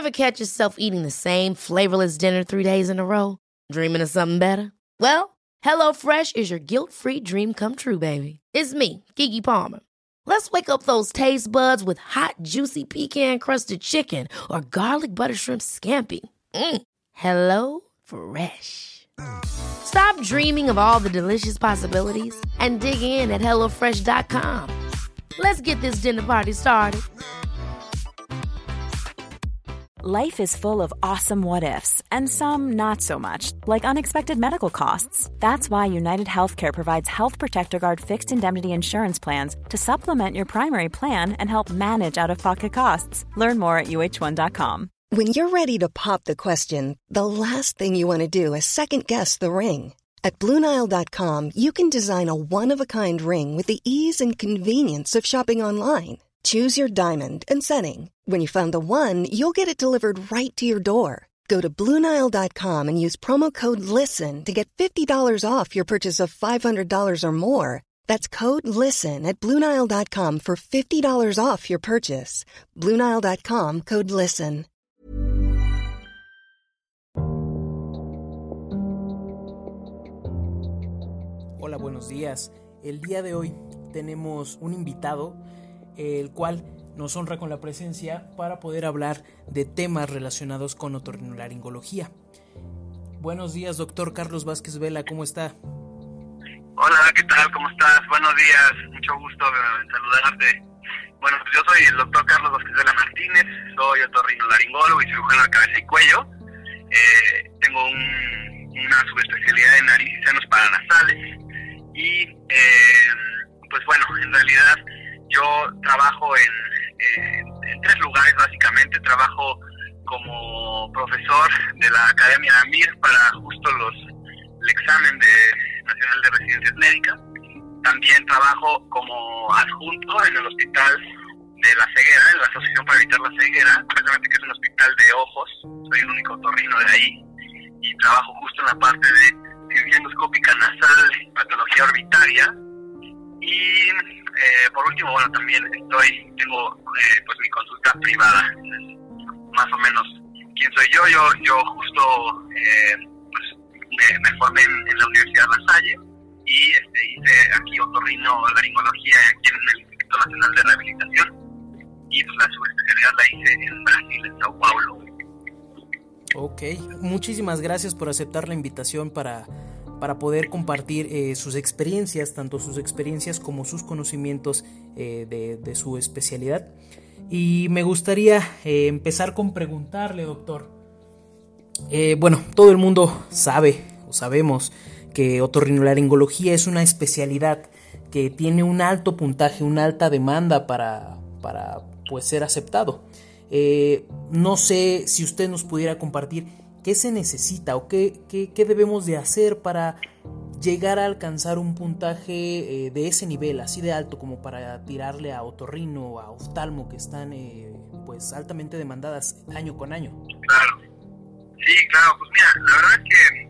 Ever catch yourself eating the same flavorless dinner 3 days in a row? Dreaming of something better? Well, HelloFresh is your guilt-free dream come true, baby. It's me, Keke Palmer. Let's wake up those taste buds with hot, juicy pecan-crusted chicken or garlic butter shrimp scampi. Hello Fresh. Stop dreaming of all the delicious possibilities and dig in at HelloFresh.com. Let's get this dinner party started. Life is full of awesome what-ifs, and some not so much, like unexpected medical costs. That's why United Healthcare provides Health Protector Guard fixed indemnity insurance plans to supplement your primary plan and help manage out-of-pocket costs. Learn more at UH1.com. When you're ready to pop the question, the last thing you want to do is second-guess the ring. At BlueNile.com, you can design a one-of-a-kind ring with the ease and convenience of shopping online. Choose your diamond and setting. When you find the one, you'll get it delivered right to your door. Go to BlueNile.com and use promo code LISTEN to get $50 off your purchase of $500 or more. That's code LISTEN at BlueNile.com for $50 off your purchase. BlueNile.com, code LISTEN. Hola, buenos días. El día de hoy tenemos un invitado, el cual nos honra con la presencia para poder hablar de temas relacionados con otorrinolaringología. Buenos días, doctor Carlos Vázquez Vela, ¿cómo está? Hola, ¿qué tal? ¿Cómo estás? Buenos días, mucho gusto saludarte. Bueno, pues yo soy el doctor Carlos Vázquez Vela Martínez, soy otorrinolaringólogo y cirujano de cabeza y cuello. Tengo una subespecialidad en nariz y senos paranasales y pues bueno, en realidad yo trabajo en 3 lugares básicamente. Trabajo como profesor de la Academia AMIR para justo el examen nacional de residencias médicas. También trabajo como adjunto en el Hospital de la Ceguera, en la Asociación para Evitar la Ceguera, precisamente que es un hospital de ojos. Soy el único otorrino de ahí y trabajo justo en la parte de cirugía endoscópica nasal, patología orbitaria. Y por último, bueno, también tengo pues mi consulta privada. Más o menos quién soy yo. Yo justo pues me formé en la Universidad La Salle y hice aquí otorrinolaringología aquí en el Instituto Nacional de Rehabilitación, y pues la subespecialidad la hice en Brasil, en Sao Paulo. Ok, muchísimas gracias por aceptar la invitación para poder compartir sus experiencias, tanto sus experiencias como sus conocimientos de su especialidad. Y me gustaría empezar con preguntarle, doctor. Bueno, todo el mundo sabemos que otorrinolaringología es una especialidad que tiene un alto puntaje, una alta demanda para pues ser aceptado. No sé si usted nos pudiera compartir qué se necesita o qué debemos de hacer para llegar a alcanzar un puntaje de ese nivel, así de alto como para tirarle a otorrino o a oftalmo, que están pues altamente demandadas año con año. Claro, sí, claro, pues mira, la verdad es que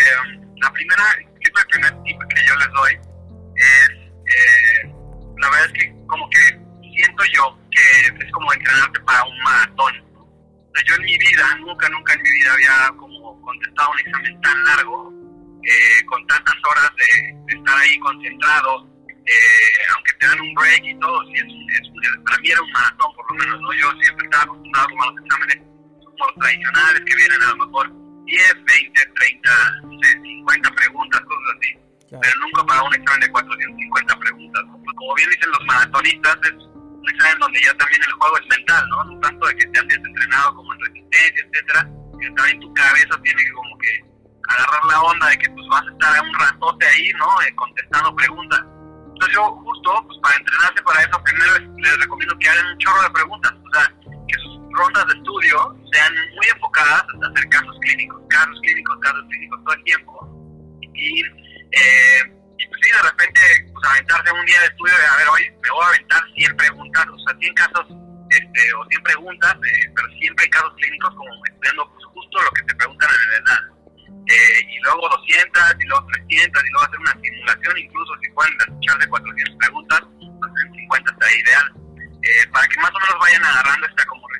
el primer tip que yo les doy es, la verdad es que como que siento yo que es como entrenarte para un maratón. O sea, yo en mi vida, nunca en mi vida había como contestado un examen tan largo, con tantas horas de estar ahí concentrado, aunque te dan un break y todo. Sí, para mí era un maratón, por lo menos, ¿no? Yo siempre estaba acostumbrado a tomar los exámenes como los tradicionales, que vienen a lo mejor 10, 20, 30, no sé, 50 preguntas, cosas así. Claro. Pero nunca para un examen de 450 preguntas, ¿no? Pues como bien dicen los maratonistas, es un examen donde ya también el juego es mental, ¿no? No tanto de que te hayas entrenado como en resistencia, etcétera, sino también tu cabeza tiene que como que agarrar la onda de que pues vas a estar un ratote ahí, ¿no? Contestando preguntas. Entonces yo justo, pues para entrenarse para eso, primero les recomiendo que hagan un chorro de preguntas, o sea, que sus rondas de estudio sean muy enfocadas a hacer casos clínicos todo el tiempo. Y pues sí, de repente, pues aventarse un día de estudio de, a ver, hoy me voy a aventar 100 preguntas, o sea, 100 casos, o 100 preguntas, pero siempre hay casos clínicos, como estudiando pues justo lo que te preguntan en el ENAD. Y luego 200, y luego 300, y luego hacer una simulación, incluso si pueden escuchar de 400 preguntas, pues en 50 está ideal, para que más o menos vayan agarrando esta como resistencia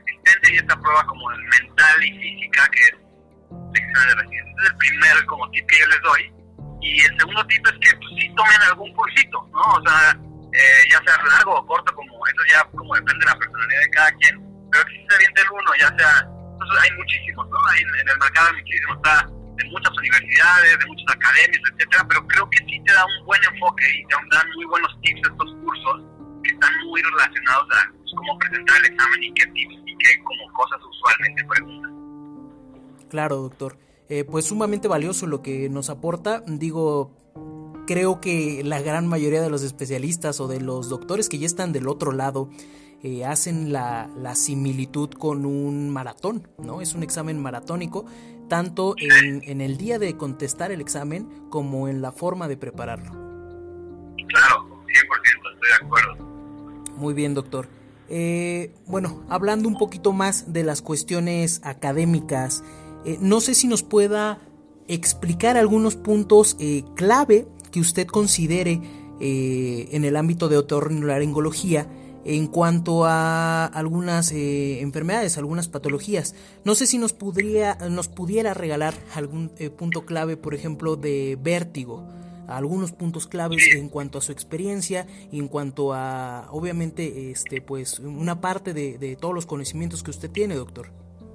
hay esta prueba como mental y física, que es el examen de residencia. Ese es el primer como tip que yo les doy. Y el segundo tip es que pues, sí tomen algún cursito, ¿no? O sea, ya sea largo o corto, como eso ya como depende de la personalidad de cada quien, pero que sí se aviente el uno, ya sea, entonces hay muchísimos, ¿no? Hay en el mercado hay muchísimos, está de muchas universidades, de muchas academias, etcétera, pero creo que sí te da un buen enfoque y te dan muy buenos tips estos cursos que están muy relacionados a pues, cómo presentar el examen y qué tips y qué como cosas usualmente preguntan. Claro, doctor. Pues sumamente valioso lo que nos aporta. Digo, creo que la gran mayoría de los especialistas o de los doctores que ya están del otro lado hacen la similitud con un maratón, ¿no? Es un examen maratónico, tanto en el día de contestar el examen como en la forma de prepararlo. Claro, 100% estoy de acuerdo. Muy bien, doctor. Bueno, hablando un poquito más de las cuestiones académicas, no sé si nos pueda explicar algunos puntos clave que usted considere en el ámbito de otorrinolaringología en cuanto a algunas enfermedades, algunas patologías. No sé si nos pudiera regalar algún punto clave, por ejemplo, de vértigo, algunos puntos claves en cuanto a su experiencia y en cuanto a, obviamente, pues una parte de todos los conocimientos que usted tiene, doctor.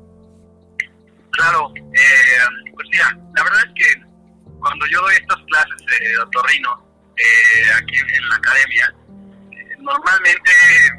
Claro, pues mira, la verdad es que cuando yo doy estas clases de otorrino aquí en la academia, normalmente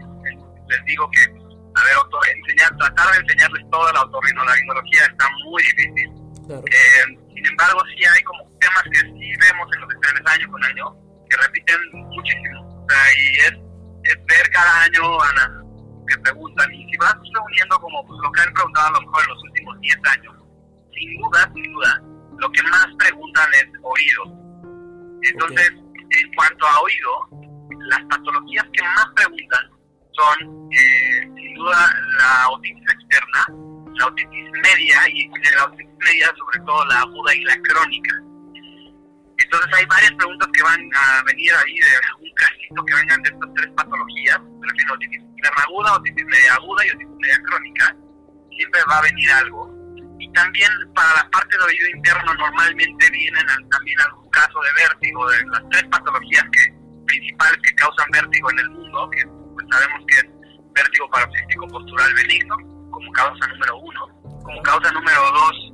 les digo que, a ver, tratar de enseñarles toda la otorrinolaringología está muy difícil. Claro. Sin embargo, sí hay como temas que sí vemos en los exámenes año con año, que repiten muchísimo. O sea, y es ver cada año, Ana, que preguntan, y si vas reuniendo como pues, lo que han preguntado a lo mejor en los últimos 10 años, sin duda, lo que más preguntan es oído. Entonces, en cuanto a oído, las patologías que más preguntan son, sin duda, la otitis externa, la otitis media, y de la otitis media sobre todo la aguda y la crónica. Entonces hay varias preguntas que van a venir ahí de un casito que vengan de estas tres patologías, pero que otitis externa aguda, otitis media aguda y otitis media crónica, siempre va a venir algo. Y también para la parte de oído interno normalmente vienen también algún caso de vértigo, de las tres patologías principales que causan vértigo en el mundo, que pues sabemos que es vértigo paroxístico postural benigno, como causa número 1, como causa número 2,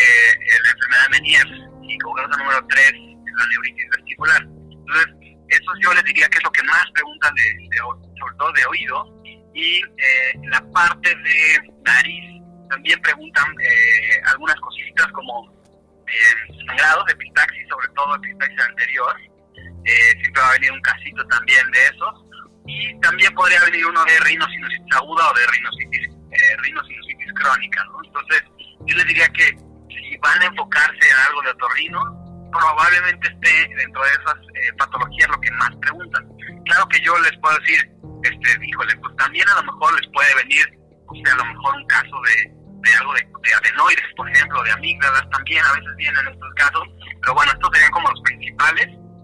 la enfermedad de Menier, y como causa número 3, la neuritis vestibular. Entonces, eso yo les diría que es lo que más preguntan sobre todo de oído, y la parte de nariz también preguntan algunas cositas como sangrados de epistaxis, sobre todo epistaxis anterior. Siempre va a venir un casito también de esos, y también podría venir uno de rinosinusitis aguda o de rinosinusitis crónica, ¿no? Entonces yo les diría que si van a enfocarse en algo de otorrino, probablemente esté dentro de esas patologías lo que más preguntan. Claro que yo les puedo decir, híjole, pues también a lo mejor les puede venir, o sea, a lo mejor un caso de algo de adenoides, por ejemplo, de amígdalas, también a veces vienen estos casos, pero bueno, estos serían como los principales,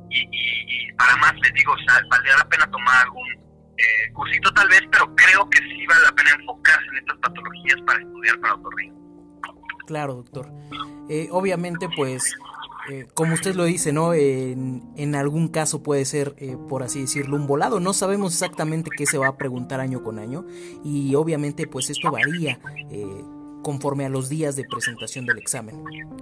y para más les digo, o sea, valdría la pena tomar algún cursito tal vez, pero creo que sí vale la pena enfocarse en estas patologías para estudiar para otorrino. Claro, doctor. Obviamente, pues, como usted lo dice, ¿no? En algún caso puede ser, por así decirlo, un volado. No sabemos exactamente qué se va a preguntar año con año, y obviamente, pues, esto varía conforme a los días de presentación del examen.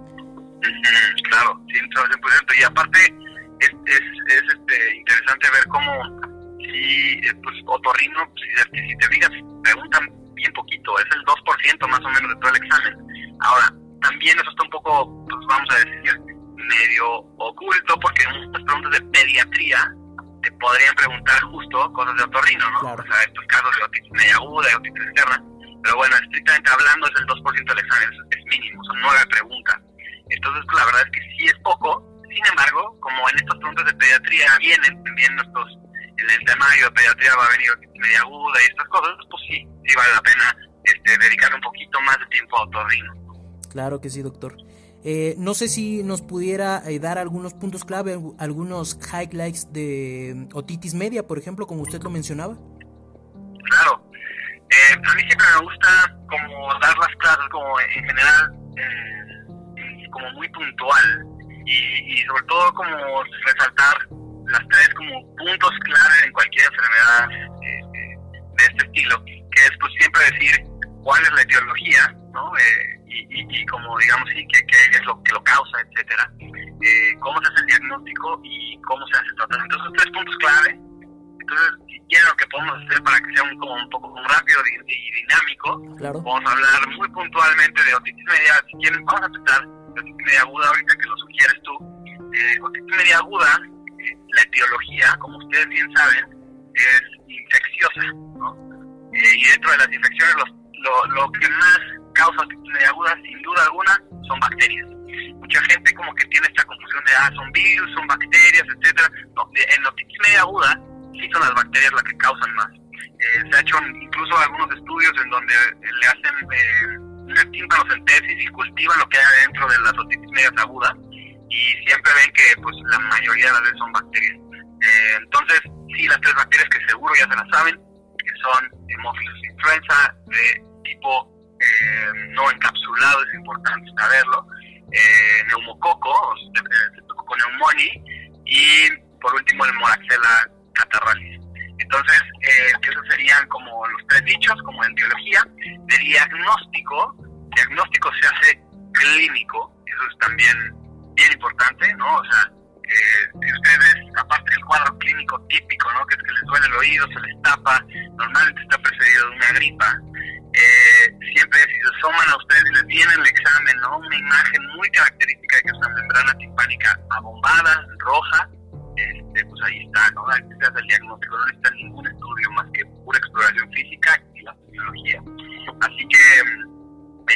Claro, 100%. Y aparte, es interesante ver cómo, pues, otorrino, si te fijas, preguntan bien poquito, es el 2% más o menos de todo el examen. Ahora, también eso está un poco, pues vamos a decir, medio oculto, porque en muchas preguntas de pediatría te podrían preguntar justo cosas de otorrino, ¿no? Claro. O sea, estos casos de otitis media aguda y otitis externa, pero bueno, estrictamente hablando es el 2% del examen, es mínimo, son 9 preguntas. Entonces, pues, la verdad es que sí es poco. Sin embargo, como en estas preguntas de pediatría vienen también en el temario de pediatría va a venir otitis media aguda y estas cosas, pues sí vale la pena dedicarle un poquito más de tiempo a otorrino. Claro que sí, doctor. No sé si nos pudiera dar algunos puntos clave, algunos highlights de otitis media, por ejemplo, como usted lo mencionaba. Claro. A mí siempre me gusta como dar las clases como en general, como muy puntual y sobre todo como resaltar las 3 como puntos clave en cualquier enfermedad de este estilo, que es pues siempre decir cuál es la etiología, ¿no? Y como digamos sí, qué es lo que lo causa, etcétera, cómo se hace el diagnóstico y cómo se hace el tratamiento. Esos 3 puntos clave. Entonces, si quieren, lo que podemos hacer para que sea un poco rápido y dinámico, claro, vamos a hablar muy puntualmente de otitis media. Si quieren, vamos a empezar de otitis media aguda ahorita que lo sugieres tú. Otitis media aguda, la etiología, como ustedes bien saben, es infecciosa, ¿no? Y dentro de las infecciones, lo que más causa otitis media aguda, sin duda alguna, son bacterias. Mucha gente como que tiene esta confusión de, son virus, son bacterias, etcétera. No, en otitis media aguda, sí son las bacterias las que causan más. Se ha hecho incluso algunos estudios en donde le hacen una tímpanocentesis y cultivan lo que hay adentro de las otitis medias agudas y siempre ven que pues la mayoría de las veces son bacterias. Entonces, sí, las 3 bacterias que seguro ya se las saben, que son Haemophilus influenza de tipo no encapsulado, es importante saberlo, neumococo, Streptococcus pneumoniae, y por último el Moraxella catarrhalis. Entonces, esos serían como los 3 dichos, como en biología. De diagnóstico se hace clínico, eso es también bien importante, ¿no? O sea, si ustedes, aparte del cuadro clínico típico, ¿no? Que es que les duele el oído, se les tapa, normalmente está precedido de una gripa. Siempre si se asoman a ustedes y les viene el examen, ¿no? Una imagen muy característica de que es una membrana timpánica abombada, roja, pues ahí está, ¿no? Ahí se hace el diagnóstico, no necesita ningún estudio más que pura exploración física y la fisiología. Así que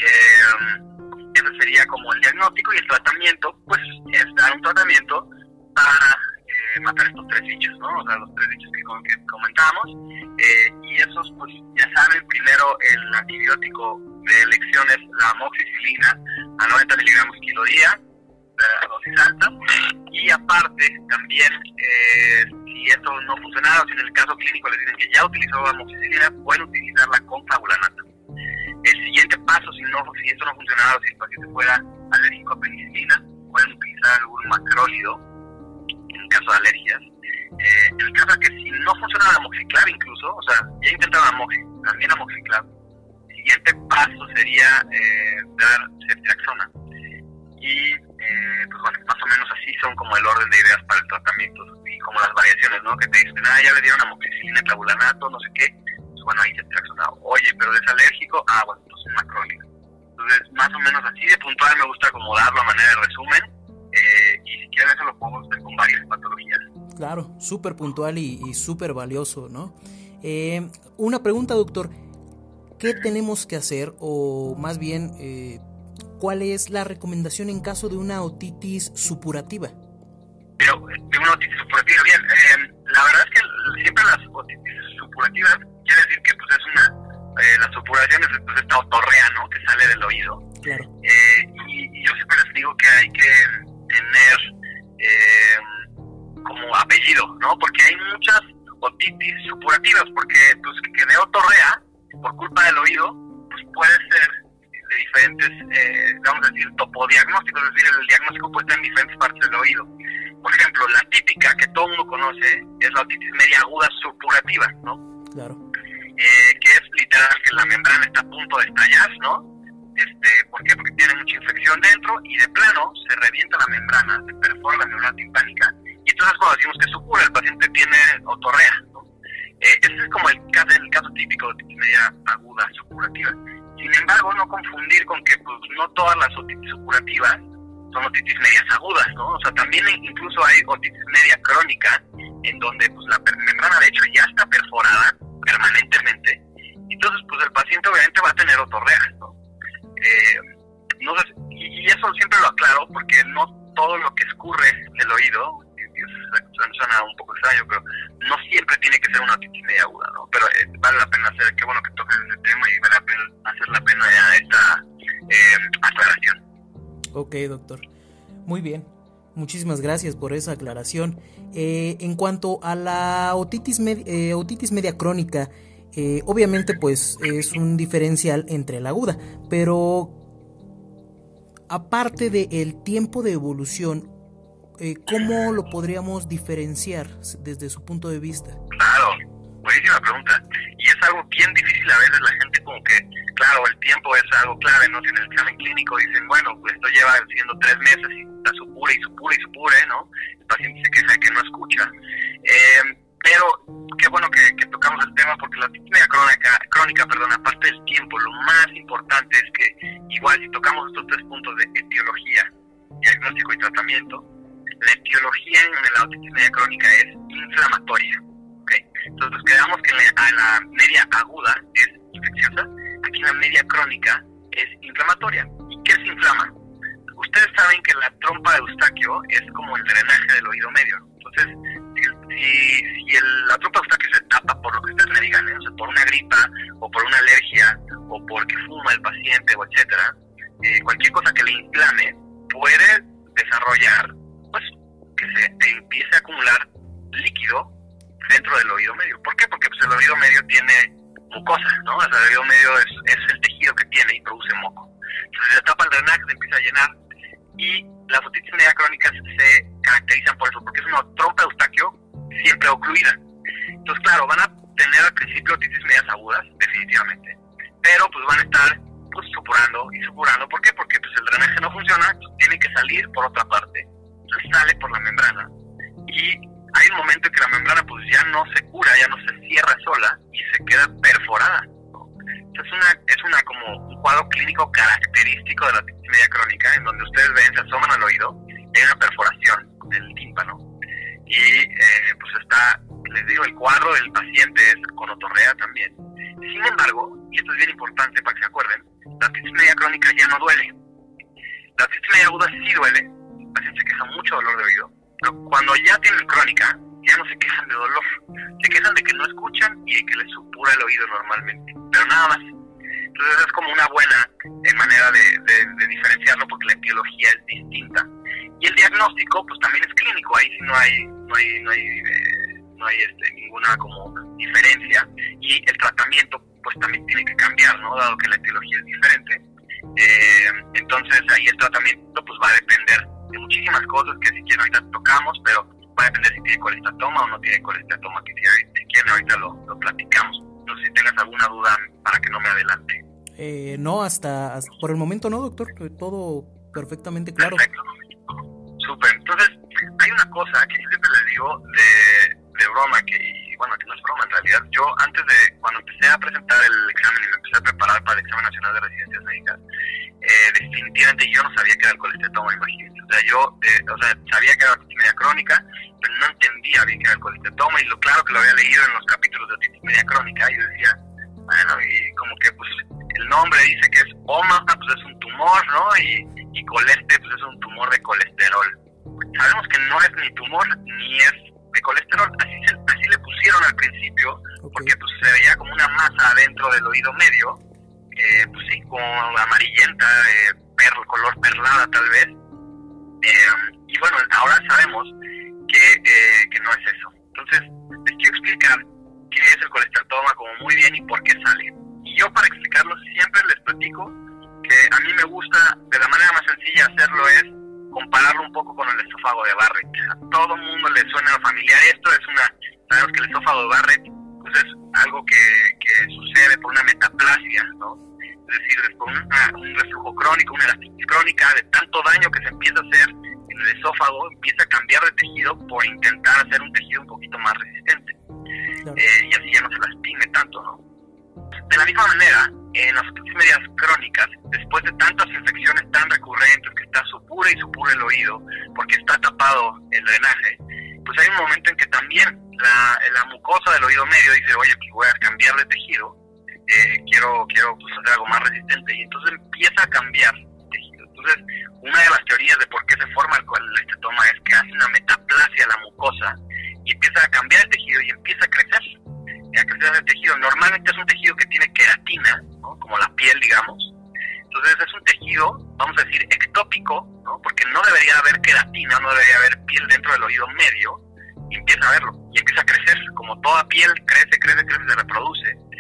ese sería como el diagnóstico, y el tratamiento, pues es dar un tratamiento para matar estos 3 bichos, ¿no? O sea, los 3 bichos que comentábamos, y esos, pues ya saben, primero el antibiótico de elección es la amoxicilina a 90 miligramos kilo día, la dosis alta, y aparte también si esto no funcionara, o si en el caso clínico les dicen que ya utilizó amoxicilina, pueden utilizarla con flavulanato. El siguiente paso, si esto no funcionara, o si el paciente fuera alérgico a penicilina, pueden utilizar algún macrólido en el caso de alergias. En el caso de que si no funciona la amoxiclav incluso, o sea, ya intentaron también amoxiclav, el siguiente paso sería dar ceftriaxona. Y pues bueno, más o menos así son como el orden de ideas para el tratamiento y como las variaciones, ¿no? Que te dicen, ya le dieron amoxicilina, clavulanato, no sé qué, pues bueno, ahí ceftriaxona. Oye, pero es alérgico, bueno, entonces macrólido. Entonces, más o menos así de puntual me gusta como darlo a manera de resumen, y si quieren eso lo podemos hacer con varias patologías. Claro, súper puntual y súper valioso, ¿no? Una pregunta, doctor, ¿qué tenemos que hacer, o más bien, cuál es la recomendación en caso de una otitis supurativa? Pero de una otitis supurativa, bien, la verdad es que siempre las otitis supurativas quiere decir que pues es la supuración es pues, esta otorrea, ¿no? Que sale del oído. Claro. Y yo siempre les digo que hay que tener como apellido, ¿no? Porque hay muchas otitis supurativas, porque pues que de otorrea, por culpa del oído, pues puede ser de diferentes, vamos a decir, topodiagnósticos, es decir, el diagnóstico puede estar en diferentes partes del oído. Por ejemplo, la típica que todo el mundo conoce es la otitis media aguda supurativa, ¿no? Claro. Que es literal que la membrana está a punto de estallar, ¿no? ¿Por qué? Porque tiene mucha infección dentro y de plano se revienta la membrana, se perfora la membrana timpánica, y entonces cuando decimos que supura, el paciente tiene otorrea, ¿no? Ese es como el caso típico de otitis media aguda supurativa. Sin embargo, no confundir con que pues no todas las otitis supurativas son otitis medias agudas, ¿no? O sea, también incluso hay otitis media crónica, en donde pues la membrana de hecho ya está perforada permanentemente, entonces pues el paciente obviamente va a tener otorrea, ¿no? No sé, y eso siempre lo aclaro porque no todo lo que escurre del oído, suena un poco extraño, pero no siempre tiene que ser una otitis media aguda, ¿no? Pero vale la pena hacer, qué bueno que toques ese tema y vale la pena hacer la pena ya esta aclaración. Ok, doctor. Muy bien. Muchísimas gracias por esa aclaración. En cuanto a la otitis media crónica, Obviamente pues es un diferencial entre la aguda, pero aparte del tiempo de evolución, ¿cómo lo podríamos diferenciar desde su punto de vista? Claro, buenísima pregunta. Y es algo bien difícil a veces, la gente como que, claro, el tiempo es algo clave, ¿no? Si en el examen clínico dicen, bueno, pues esto lleva siendo 3 meses y está supure y supure y supure, ¿no? El paciente se queja de que no escucha. Pero qué bueno que tocamos el tema, porque la otitis media crónica, aparte del tiempo, lo más importante es que igual si tocamos estos 3 puntos de etiología, diagnóstico y tratamiento, la etiología en la otitis media crónica es inflamatoria. ¿Okay? Entonces nos quedamos que la media aguda es infecciosa, aquí la media crónica es inflamatoria. ¿Y qué se inflama? Ustedes saben que la trompa de Eustaquio es como el drenaje del oído medio. Entonces, si la trompa de Eustaquio se tapa por lo que ustedes me digan, o sea, por una gripa o por una alergia o porque fuma el paciente o etcétera, cualquier cosa que le inflame puede desarrollar, pues, que se empiece a acumular líquido dentro del oído medio. ¿Por qué? Porque pues, el oído medio tiene mucosa, ¿no? O sea, el oído medio es el tejido que tiene y produce moco. Entonces se tapa el drenaje, se empieza a llenar, y las otitis media crónicas se caracterizan por eso, porque es una trompa de Eustaquio siempre ocluida. Entonces, claro, van a tener al principio otitis medias agudas, definitivamente, pero pues van a estar pues supurando y supurando. ¿Por qué? Porque pues el drenaje no funciona, pues, tiene que salir por otra parte. Entonces sale por la membrana y hay un momento en que la membrana pues ya no se cura, ya no se cierra sola y se queda perforada, ¿no? Entonces es una como un cuadro clínico característico de la otitis media crónica, en donde ustedes ven, se asoman al oído, hay una perforación del tímpano y pues está, les digo, el cuadro del paciente es con otorrea también. Sin embargo, y esto es bien importante para que se acuerden, la otitis media crónica ya no duele. La otitis media aguda sí duele, el paciente se queja mucho de dolor de oído, pero cuando ya tienen crónica, ya no se quejan de dolor, se quejan de que no escuchan y de que les supura el oído normalmente, pero nada más. Entonces es como una buena manera de diferenciarlo, porque la etiología es distinta. Y el diagnóstico pues también es clínico, ahí sí no hay ninguna como diferencia, y el tratamiento pues también tiene que cambiar, ¿no? Dado que la etiología es diferente. Entonces ahí el tratamiento pues va a depender de muchísimas cosas que si quieren ahorita tocamos, pero va a depender si tiene colestatoma o no tiene colestatoma, que si quieren ahorita lo platicamos. No sé si tengas alguna duda para que no me adelante. No, hasta por el momento no, doctor, todo perfectamente claro. Perfecto, súper. Entonces hay una cosa que siempre les digo de broma, que no es broma en realidad. Yo antes cuando empecé a presentar el examen y me empecé a preparar para el examen nacional de residencias médicas, definitivamente yo no sabía qué era el colestatoma, imagínense. O sea, yo sabía que era otitis media crónica, pero no entendía bien qué era el colestatoma, y claro que lo había leído en los capítulos de otitis media crónica, y yo decía, bueno, y como que pues el nombre dice que es OMA, pues es un tumor, ¿no? Y coleste, pues es un tumor de colesterol. Sabemos que no es ni tumor ni es de colesterol, así le pusieron al principio, okay, porque pues se veía como una masa adentro del oído medio, pues sí, como amarillenta, color perlada tal vez, y bueno, ahora sabemos que no es eso. Entonces les quiero explicar qué es el colesterol como muy bien y por qué sale. Y yo, para explicarlo, siempre les platico que a mí me gusta, de la manera más sencilla hacerlo, es compararlo un poco con el esófago de Barrett. A todo el mundo le suena familiar esto. Sabemos que el esófago de Barrett pues es algo que sucede por una metaplasia, ¿no? Es decir, por un reflujo crónico, una elastitis crónica, de tanto daño que se empieza a hacer en el esófago, empieza a cambiar de tejido por intentar hacer un tejido un poquito más resistente. Claro. Y así ya no se lastime tanto, ¿no? De la misma manera, en las otitis medias crónicas, después de tantas infecciones tan recurrentes, que está supura y supura el oído, porque está tapado el drenaje, pues hay un momento en que también la mucosa del oído medio dice, oye, pues voy a cambiar de tejido, quiero pues hacer algo más resistente, y entonces empieza a cambiar el tejido. Entonces, una de las teorías de por qué se forma el colestatoma es que hace una metaplasia a la mucosa y empieza a cambiar el tejido y empieza a crecer. El tejido normalmente es un tejido que tiene queratina, ¿no? Como la piel, digamos. Entonces es un tejido, vamos a decir, ectópico, ¿no? Porque no debería haber queratina, no debería haber piel dentro del oído medio, y empieza a verlo, y empieza a crecer. Como toda piel crece, se reproduce.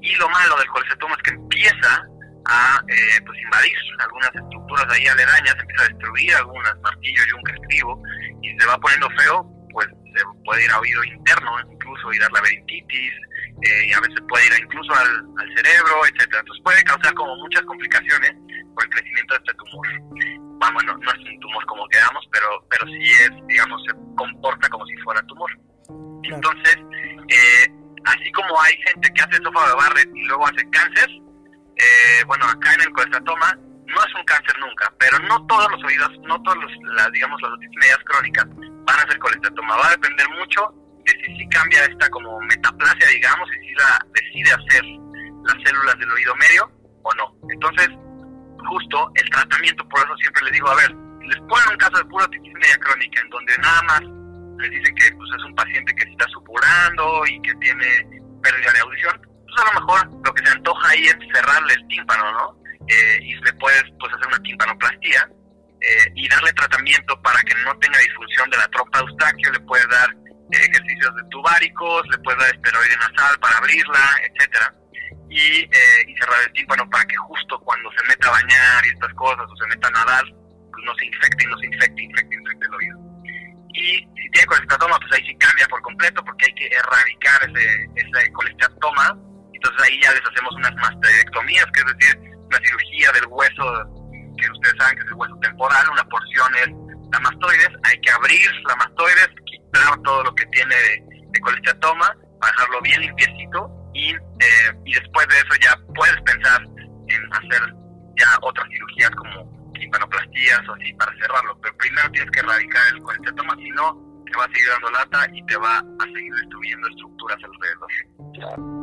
Y lo malo del colecistoma es que empieza a pues invadir algunas estructuras ahí aledañas, empieza a destruir algunas, martillo, yunque, estribo, y se va poniendo feo, pues se puede ir a oído interno incluso y dar laberintitis, y a veces puede ir incluso al cerebro, etcétera. Entonces puede causar como muchas complicaciones por el crecimiento de este tumor. Bueno, no es un tumor como quedamos, pero sí es, digamos, se comporta como si fuera tumor. Claro. Entonces, así como hay gente que hace esófago de Barrett y luego hace cáncer, bueno, acá en el colestratoma no es un cáncer nunca, pero no todos los oídos, no todos las otitis medias crónicas van a ser colestratoma. Va a depender mucho de si sí cambia esta como metaplasia, digamos, y si la decide hacer las células del oído medio o no. Entonces, justo el tratamiento, por eso siempre les digo, a ver, les ponen un caso de pura otitis media crónica en donde nada más les dicen que pues, es un paciente que se está supurando y que tiene pérdida de audición, pues a lo mejor lo que se antoja ahí es cerrarle el tímpano, ¿no? Y le puedes pues hacer una tímpanoplastía y darle tratamiento para que no tenga disfunción de la trompa de Eustaquio, le puedes dar ejercicios de tubáricos, le puedes dar esteroide nasal para abrirla, etcétera, y cerrar el tímpano para que justo cuando se meta a bañar y estas cosas, o se meta a nadar, pues no se infecte el oído. Y si tiene colestratoma, pues ahí sí cambia por completo, porque hay que erradicar ese colestratoma. Entonces ahí ya les hacemos unas mastectomías, que es decir, una cirugía del hueso, que ustedes saben que es el hueso temporal, una porción es la mastoides, hay que abrir la mastoides, quitar todo lo que tiene de colestratoma, para dejarlo bien limpiecito, y después de eso ya puedes pensar en hacer ya otras cirugías como timpanoplastías o así para cerrarlo, pero primero tienes que erradicar el colestratoma, si no te va a seguir dando lata y te va a seguir destruyendo estructuras alrededor.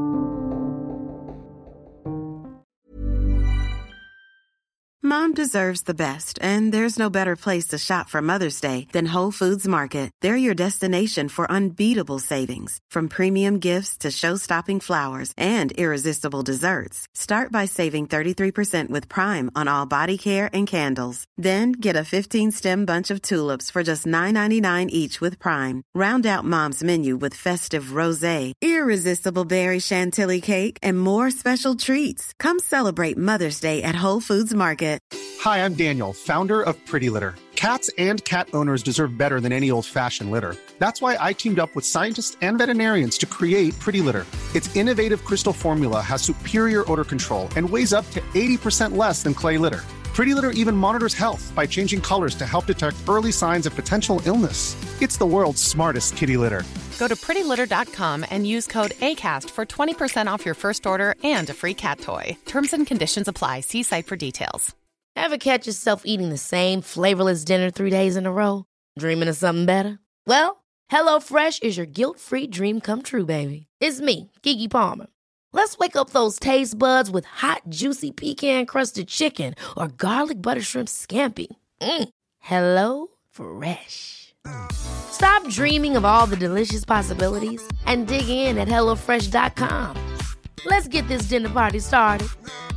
Mom deserves the best, and there's no better place to shop for Mother's Day than Whole Foods Market. They're your destination for unbeatable savings, from premium gifts to show-stopping flowers and irresistible desserts. Start by saving 33% with Prime on all body care and candles. Then get a 15-stem bunch of tulips for just $9.99 each with Prime. Round out Mom's menu with festive rosé, irresistible berry chantilly cake, and more special treats. Come celebrate Mother's Day at Whole Foods Market. Hi, I'm Daniel, founder of Pretty Litter. Cats and cat owners deserve better than any old-fashioned litter. That's why I teamed up with scientists and veterinarians to create Pretty Litter. Its innovative crystal formula has superior odor control and weighs up to 80% less than clay litter. Pretty Litter even monitors health by changing colors to help detect early signs of potential illness. It's the world's smartest kitty litter. Go to prettylitter.com and use code ACAST for 20% off your first order and a free cat toy. Terms and conditions apply. See site for details. Ever catch yourself eating the same flavorless dinner 3 days in a row? Dreaming of something better? Well, HelloFresh is your guilt-free dream come true, baby. It's me, Keke Palmer. Let's wake up those taste buds with hot, juicy pecan-crusted chicken or garlic butter shrimp scampi. Hello Fresh. Stop dreaming of all the delicious possibilities and dig in at HelloFresh.com. Let's get this dinner party started.